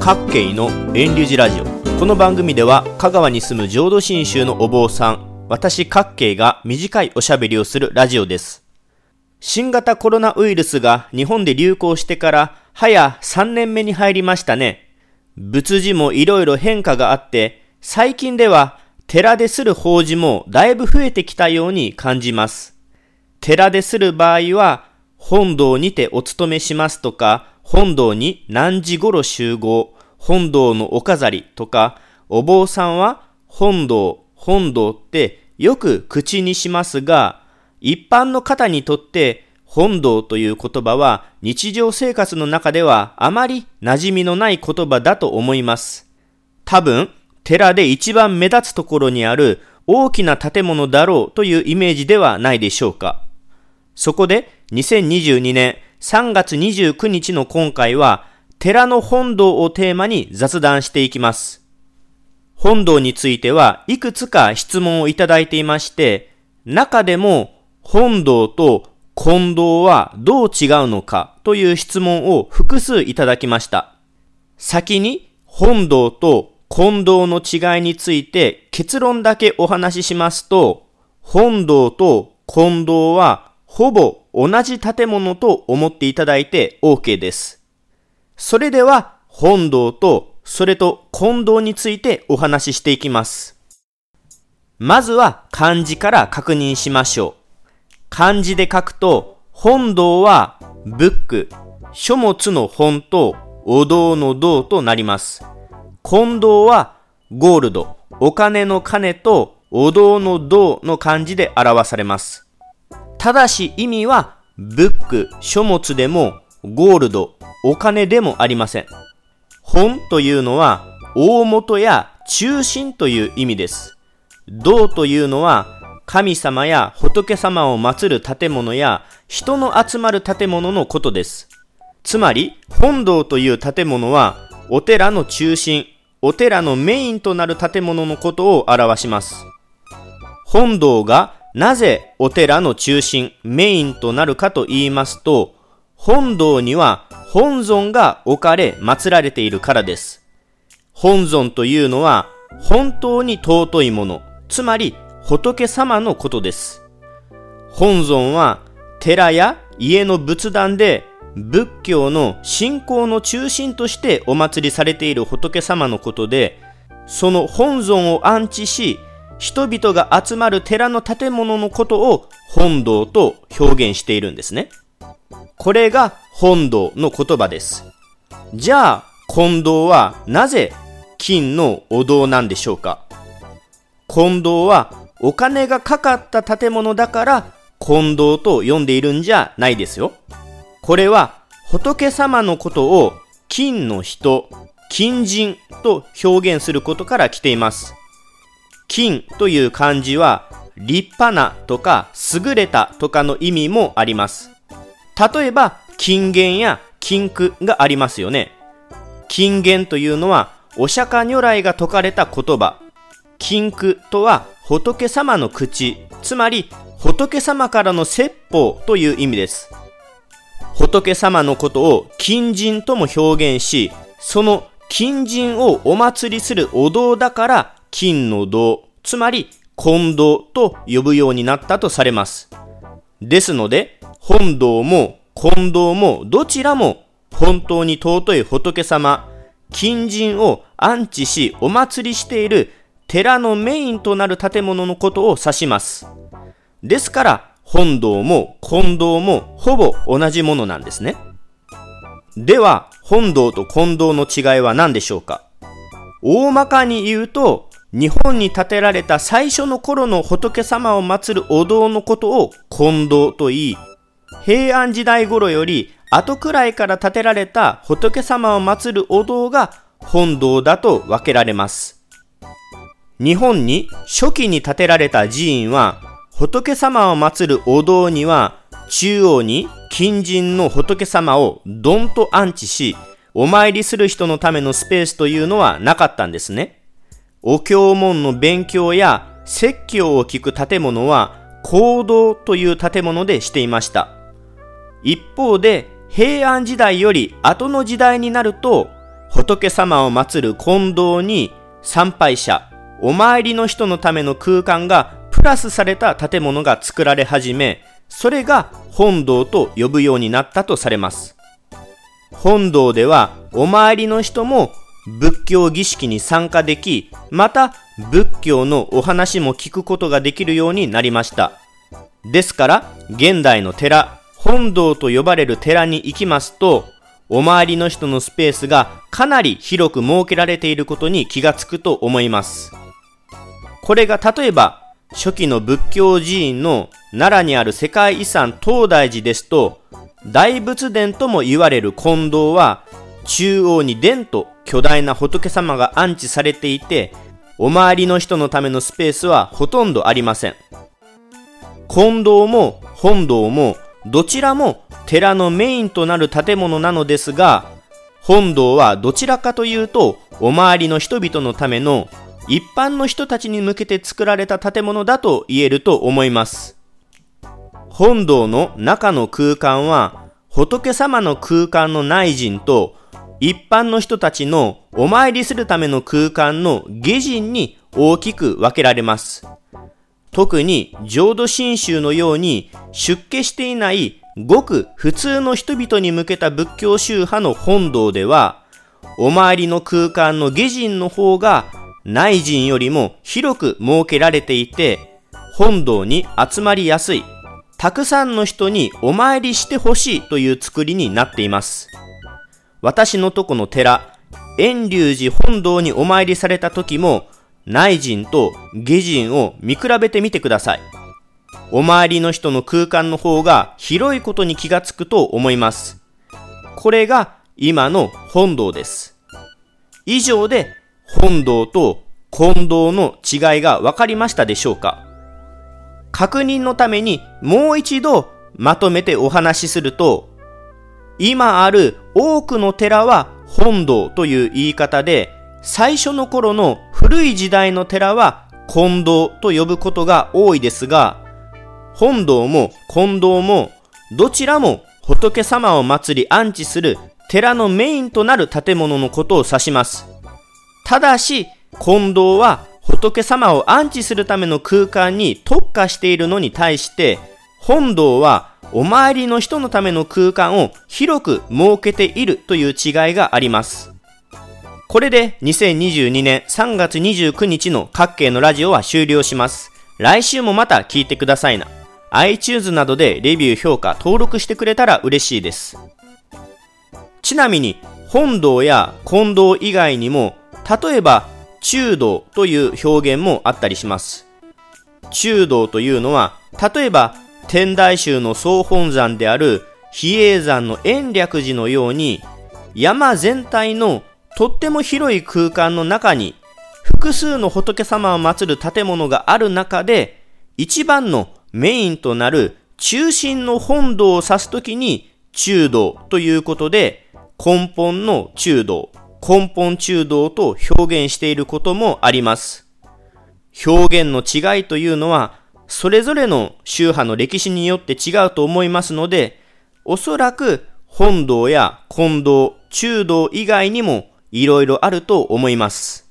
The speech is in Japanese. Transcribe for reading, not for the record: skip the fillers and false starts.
各系の遠慮寺ラジオ。この番組では香川に住む浄土真宗のお坊さん、私各系が短いおしゃべりをするラジオです。新型コロナウイルスが日本で流行してから早3年目に入りましたね。仏事もいろいろ変化があって、最近では寺でする法事もだいぶ増えてきたように感じます。寺でする場合は、本堂にてお勤めしますとか、本堂に何時頃集合、本堂のお飾りとか、お坊さんは本堂ってよく口にしますが、一般の方にとって本堂という言葉は日常生活の中ではあまり馴染みのない言葉だと思います。多分、寺で一番目立つところにある大きな建物だろうというイメージではないでしょうか。そこで2022年3月29日の今回は寺の本堂をテーマに雑談していきます。本堂についてはいくつか質問をいただいていまして、中でも本堂と金堂はどう違うのかという質問を複数いただきました。先に本堂と金堂の違いについて結論だけお話ししますと、本堂と金堂はほぼ同じ建物と思っていただいて OK です。それでは本堂とそれと金堂についてお話ししていきます。まずは漢字から確認しましょう。漢字で書くと、本堂はブック、書物の本とお堂の堂となります。金堂はゴールド、お金の金とお堂の堂の漢字で表されます。ただし意味はブック、書物でもゴールド、お金でもありません。本というのは大元や中心という意味です。堂というのは神様や仏様を祀る建物や人の集まる建物のことです。つまり本堂という建物はお寺の中心、お寺のメインとなる建物のことを表します。本堂がなぜお寺の中心、メインとなるかと言いますと、本堂には本尊が置かれ祀られているからです。本尊というのは本当に尊いもの、つまり仏様のことです。本尊は寺や家の仏壇で仏教の信仰の中心としてお祭りされている仏様のことで、その本尊を安置し、人々が集まる寺の建物のことを本堂と表現しているんですね。これが本堂の言葉です。じゃあ、金堂はなぜ金のお堂なんでしょうか。金堂はお金がかかった建物だから金堂と呼んでいるんじゃないですよ。これは仏様のことを金の人、金人と表現することから来ています。金という漢字は立派なとか優れたとかの意味もあります。例えば金言や金句がありますよね。金言というのはお釈迦如来が説かれた言葉。金句とは仏様の口、つまり仏様からの説法という意味です。仏様のことを金人とも表現し、その金人をお祭りするお堂だから金の堂、つまり金堂と呼ぶようになったとされます。ですので、本堂も金堂もどちらも本当に尊い仏様、金人を安置しお祭りしている寺のメインとなる建物のことを指します。ですから本堂も金堂もほぼ同じものなんですね。では本堂と金堂の違いは何でしょうか。大まかに言うと、日本に建てられた最初の頃の仏様を祀るお堂のことを金堂と言い、平安時代頃より後くらいから建てられた仏様を祀るお堂が本堂だと分けられます。日本に初期に建てられた寺院は、仏様を祀るお堂には中央に金人の仏様をどんと安置し、お参りする人のためのスペースというのはなかったんですね。お経文の勉強や説教を聞く建物は講堂という建物でしていました。一方で平安時代より後の時代になると、 仏様を祀る金堂に参拝者、お参りの人のための空間がプラスされた建物が作られ始め、それが本堂と呼ぶようになったとされます。本堂ではお参りの人も仏教儀式に参加でき、また仏教のお話も聞くことができるようになりました。ですから現代の寺、本堂と呼ばれる寺に行きますと、お参りの人のスペースがかなり広く設けられていることに気がつくと思います。これが例えば初期の仏教寺院の奈良にある世界遺産東大寺ですと、大仏殿とも言われる金堂は中央に殿と巨大な仏様が安置されていて、お参りの人のためのスペースはほとんどありません。金堂も本堂もどちらも寺のメインとなる建物なのですが、本堂はどちらかというとお参りの人々のための一般の人たちに向けて作られた建物だと言えると思います。本堂の中の空間は仏様の空間の内陣と一般の人たちのお参りするための空間の下陣に大きく分けられます。特に浄土真宗のように出家していないごく普通の人々に向けた仏教宗派の本堂では、お参りの空間の下陣の方が内陣よりも広く設けられていて、本堂に集まりやすい、たくさんの人にお参りしてほしいという作りになっています。私のとこの寺、遠隆寺本堂にお参りされた時も、内陣と下陣を見比べてみてください。お参りの人の空間の方が広いことに気がつくと思います。これが今の本堂です。以上で本堂と金堂の違いが分かりましたでしょうか？確認のためにもう一度まとめてお話しすると、今ある多くの寺は本堂という言い方で、最初の頃の古い時代の寺は金堂と呼ぶことが多いですが、本堂も金堂もどちらも仏様を祀り安置する寺のメインとなる建物のことを指します。ただし金堂は仏様を安置するための空間に特化しているのに対して、本堂はお参りの人のための空間を広く設けているという違いがあります。これで2022年3月29日の各系のラジオは終了します。来週もまた聞いてくださいな。iTunes などでレビュー、評価、登録してくれたら嬉しいです。ちなみに本堂や金堂以外にも、例えば中堂という表現もあったりします。中堂というのは、例えば天台宗の総本山である比叡山の延暦寺のように、山全体のとっても広い空間の中に複数の仏様を祀る建物がある中で、一番のメインとなる中心の本堂を指すときに中堂ということで、根本の中堂、根本中堂と表現していることもあります。表現の違いというのはそれぞれの宗派の歴史によって違うと思いますので、おそらく本堂や金堂、中堂以外にもいろいろあると思います。